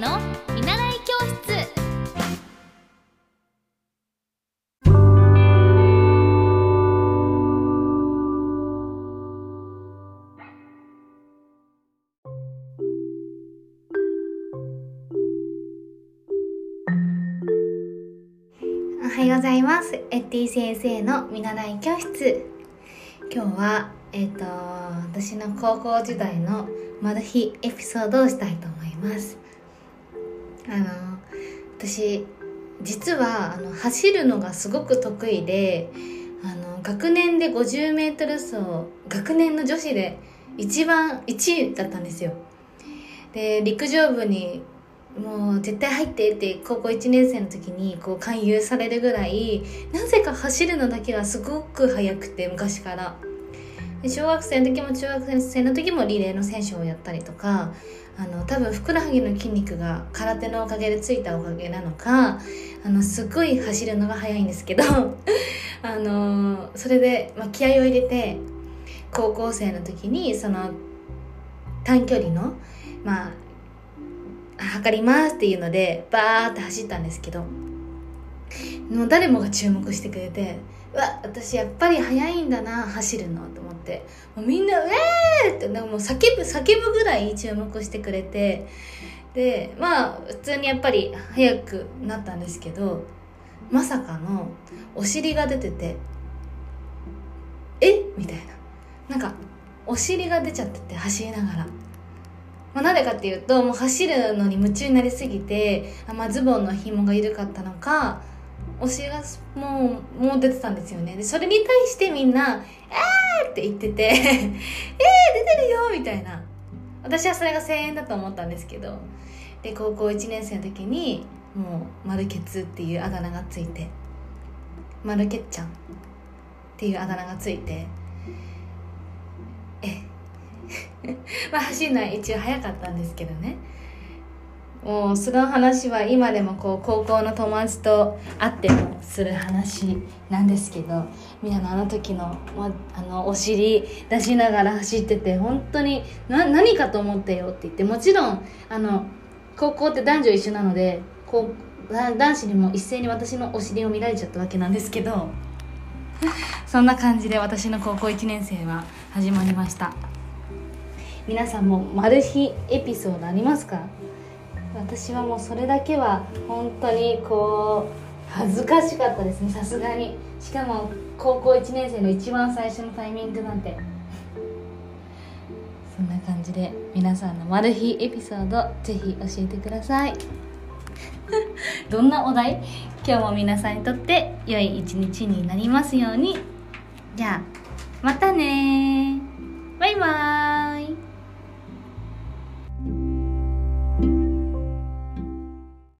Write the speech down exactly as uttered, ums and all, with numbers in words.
の見習い教室。おはようございます。エッティ先生の見習い教室。今日はえっ、ー、と私の高校時代のマル秘エピソードをしたいと思います。あの私実はあの走るのがすごく得意で、あの学年でごじゅうメートル走、学年の女子で一番いちいだったんですよ。で陸上部にもう絶対入ってって高校いちねん生の時にこう勧誘されるぐらい、なぜか走るのだけはすごく速くて、昔からで小学生の時も中学生の時もリレーの選手をやったりとか、あの多分ふくらはぎの筋肉が空手のおかげでついたおかげなのか、あのすごい走るのが速いんですけどあのそれで、まあ、気合を入れて高校生の時にその短距離のまあ測りますっていうのでバーって走ったんですけど、もう誰もが注目してくれて、うわ私やっぱり速いんだな走るのと思って、もうみんなうえーってなんかもう叫ぶ叫ぶぐらい注目してくれて、でまあ普通にやっぱり速くなったんですけど、まさかのお尻が出てて、えみたいな、なんかお尻が出ちゃってて走りながら。まあ、なんでかっていうと、もう走るのに夢中になりすぎて、あ、まあ、ズボンの紐が緩かったのか、お尻がもうもう出てたんですよね。でそれに対してみんな「えー!」って言ってて「えー出てるよ!」みたいな。私はそれが声援だと思ったんですけど、で高校いちねん生の時にもうマルケツっていうあだ名がついて、マルケッちゃんっていうあだ名がついて、えまあ走るのは一応早かったんですけどね、もうその話は今でもこう高校の友達と会ってもする話なんですけど、みんなのあの時の、ま、あのお尻出しながら走ってて、本当にな何かと思ってよって言って、もちろんあの高校って男女一緒なので、こう男子にも一斉に私のお尻を見られちゃったわけなんですけどそんな感じで私の高校いちねん生は始まりました。皆さんもマル秘エピソードありますか？私はもうそれだけは本当にこう恥ずかしかったですね、さすがに。しかも高校いちねん生の一番最初のタイミングなんて。そんな感じで皆さんのマル秘エピソードぜひ教えてくださいどんなお題？今日も皆さんにとって良い一日になりますように。じゃあまたね、バイバーイ。